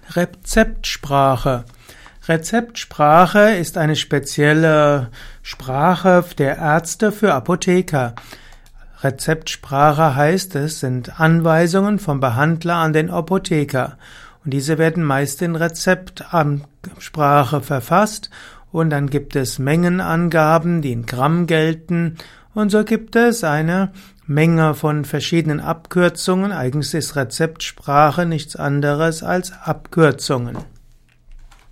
Rezeptsprache. Rezeptsprache ist eine spezielle Sprache der Ärzte für Apotheker. Rezeptsprache heißt, es sind Anweisungen vom Behandler an den Apotheker. Und diese werden meist in Rezeptsprache verfasst. Und dann gibt es Mengenangaben, die in Gramm gelten. Und so gibt es eine Menge von verschiedenen Abkürzungen. Eigentlich ist Rezeptsprache nichts anderes als Abkürzungen.